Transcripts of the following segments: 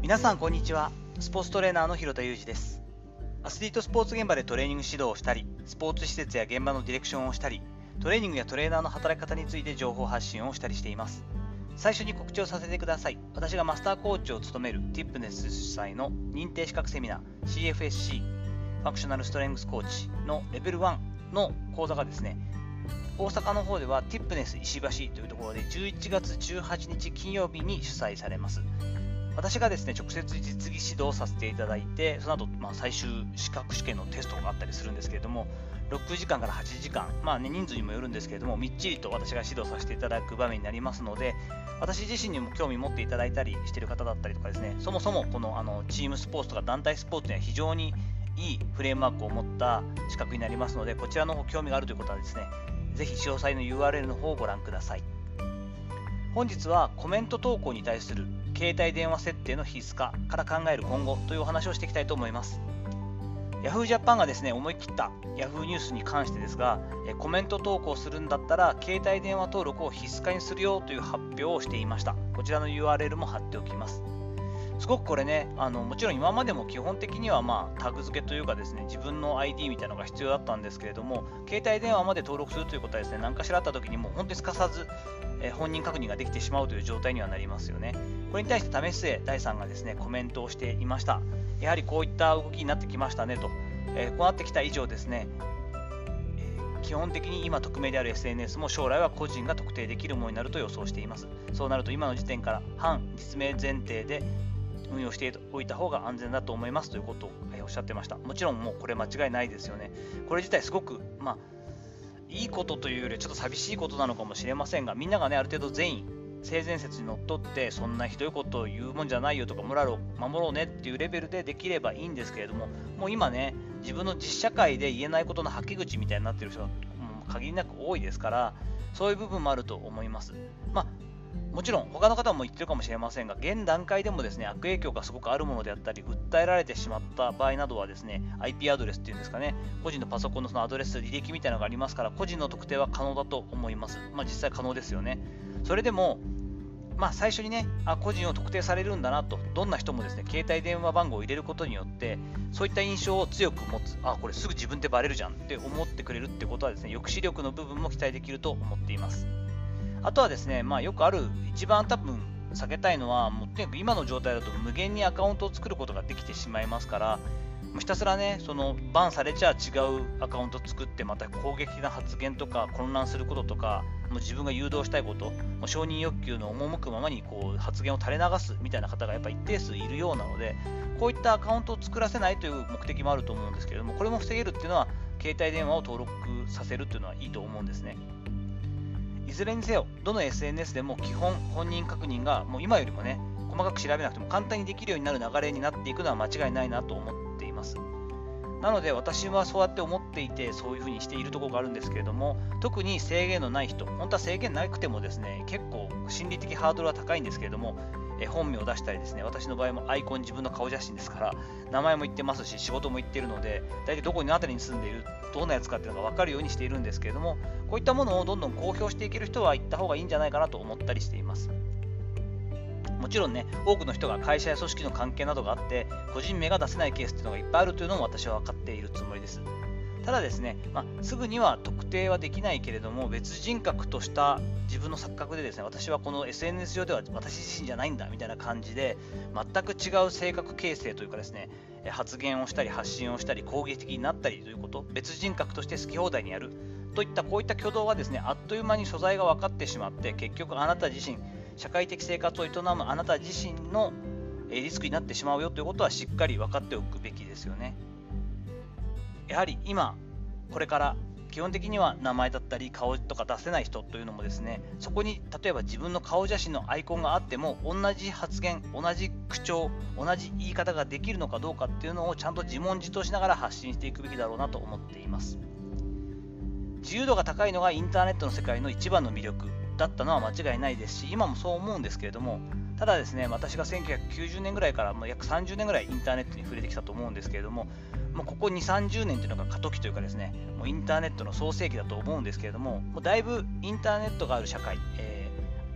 皆さんこんにちは。スポーツトレーナーの広田裕二です。アスリートスポーツ現場でトレーニング指導をしたり、スポーツ施設や現場のディレクションをしたり、トレーニングやトレーナーの働き方について情報発信をしたりしています。最初に告知をさせてください。私がマスターコーチを務めるティップネス主催の認定資格セミナー CFSC ファンクショナルストレングスコーチのレベル1の講座がですね、大阪の方ではティップネス石橋というところで11月18日金曜日に主催されます。私がですね、直接実技指導をさせていただいて、その後、最終資格試験のテストがあったりするんですけれども、6時間から8時間、人数にもよるんですけれども、みっちりと私が指導させていただく場面になりますので、私自身にも興味持っていただいたりしている方だったりとかですね、そもそもこのチームスポーツとか団体スポーツには非常にいいフレームワークを持った資格になりますので、こちらの方興味があるということはですね、ぜひ詳細の URL の方をご覧ください。本日はコメント投稿に対する携帯電話設定の必須化から考える今後というお話をしていきたいと思います。Yahoo! Japan がですね、思い切った Yahoo! ニュースに関してですが、コメント投稿するんだったら携帯電話登録を必須化にするよという発表をしていました。こちらの URL も貼っておきます。すごくこれね、もちろん今までも基本的にはタグ付けというかですね、自分の ID みたいなのが必要だったんですけれども、携帯電話まで登録するということはですね、何かしらあった時にもう本当にすかさず本人確認ができてしまうという状態にはなりますよね。これに対して為末大さんがですね、コメントをしていました。やはりこういった動きになってきましたねと。こうなってきた以上ですね、基本的に今匿名である SNS も将来は個人が特定できるものになると予想しています。そうなると今の時点から反実名前提で運用しておいた方が安全だと思いますということをおっしゃってました。もちろんもうこれ間違いないですよね。これ自体すごくいいことというよりちょっと寂しいことなのかもしれませんが、みんながね、ある程度善意、性善説にのっとってそんなひどいことを言うもんじゃないよとか、モラルを守ろうねっていうレベルでできればいいんですけれども、もう今ね、自分の実社会で言えないことの吐き口みたいになっている人が限りなく多いですから、そういう部分もあると思います。もちろん他の方も言ってるかもしれませんが、現段階でもですね、悪影響がすごくあるものであったり、訴えられてしまった場合などはですね、IP アドレスっていうんですかね、個人のパソコンのそのアドレス、履歴みたいなのがありますから、個人の特定は可能だと思います。実際可能ですよね。それでも、最初にね、個人を特定されるんだなと、どんな人もですね、携帯電話番号を入れることによって、そういった印象を強く持つ、これすぐ自分でバレるじゃんって思ってくれるってことはですね、抑止力の部分も期待できると思っています。あとはですね、よくある、一番多分避けたいのは、もうとにかく今の状態だと無限にアカウントを作ることができてしまいますから、ひたすらね、そのバンされちゃ違うアカウントを作って、また攻撃的な発言とか混乱することとか、もう自分が誘導したいこと、もう承認欲求の赴くままに発言を垂れ流すみたいな方がやっぱ一定数いるようなので、こういったアカウントを作らせないという目的もあると思うんですけれども、これも防げるっていうのは、携帯電話を登録させるっていうのはいいと思うんですね。いずれにせよ、どの SNS でも基本本人確認がもう今よりもね、細かく調べなくても簡単にできるようになる流れになっていくのは間違いないなと思っています。なので私はそうやって思っていて、そういうふうにしているところがあるんですけれども、特に制限のない人、本当は制限なくてもですね、結構心理的ハードルは高いんですけれども、本名を出したりですね、私の場合もアイコン自分の顔写真ですから、名前も言ってますし、仕事も言っているので、大体どこに辺りに住んでいる、どんなやつかっていうのが分かるようにしているんですけれども、こういったものをどんどん公表していける人は行った方がいいんじゃないかなと思ったりしています。もちろんね、多くの人が会社や組織の関係などがあって、個人名が出せないケースっていうのがいっぱいあるというのも私は分かっているつもりです。ただですね、すぐには特定はできないけれども、別人格とした自分の錯覚でですね、私はこの SNS 上では私自身じゃないんだみたいな感じで、全く違う性格形成というかですね、発言をしたり発信をしたり攻撃的になったりということ、別人格として好き放題にやるといったこういった挙動はですね、あっという間に所在が分かってしまって、結局あなた自身、社会的生活を営むあなた自身のリスクになってしまうよということはしっかり分かっておくべきですよね。やはり今これから基本的には名前だったり顔とか出せない人というのもですね、そこに例えば自分の顔写真のアイコンがあっても同じ発言、同じ口調、同じ言い方ができるのかどうかっていうのをちゃんと自問自答しながら発信していくべきだろうなと思っています。自由度が高いのがインターネットの世界の一番の魅力だったのは間違いないですし、今もそう思うんですけれども、ただですね、私が1990年ぐらいから約30年ぐらいインターネットに触れてきたと思うんですけれども、ここ2、30年というのが過渡期というかですね、もうインターネットの創世期だと思うんですけれども、もうだいぶインターネットがある社会、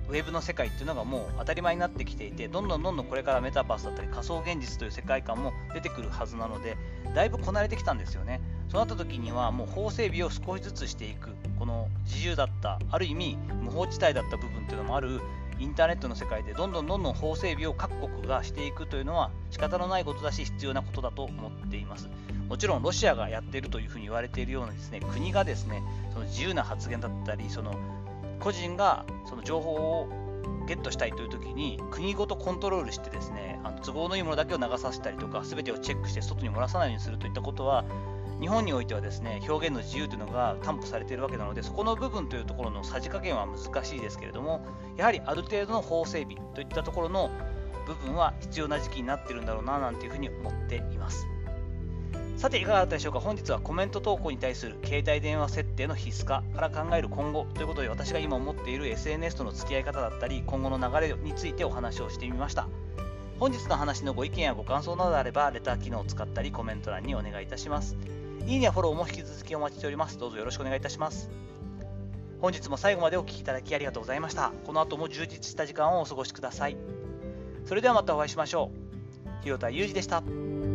ウェブの世界っていうのがもう当たり前になってきていて、どんどんこれからメタバースだったり仮想現実という世界観も出てくるはずなので、だいぶこなれてきたんですよね。そうなった時にはもう法整備を少しずつしていく、この自由だった、ある意味無法地帯だった部分っていうのもあるインターネットの世界でどんどん法整備を各国がしていくというのは仕方のないことだし、必要なことだと思っています。もちろんロシアがやっているというふうに言われているようなですね、国がですね、その自由な発言だったり、その個人がその情報をゲットしたいという時に国ごとコントロールしてですね、都合のいいものだけを流させたりとか、全てをチェックして外に漏らさないようにするといったことは、日本においてはですね、表現の自由というのが担保されているわけなので、そこの部分というところのさじ加減は難しいですけれども、やはりある程度の法整備といったところの部分は必要な時期になっているんだろうななんていうふうに思っています。さていかがだったでしょうか。本日はコメント投稿に対する携帯電話設定の必須化から考える今後ということで、私が今思っている SNS との付き合い方だったり今後の流れについてお話をしてみました。本日の話のご意見やご感想などあればレター機能を使ったりコメント欄にお願いいたします。いいねやフォローも引き続きお待ちしております。どうぞよろしくお願いいたします。本日も最後までお聞きいただきありがとうございました。この後も充実した時間をお過ごしください。それではまたお会いしましょう。広田裕二でした。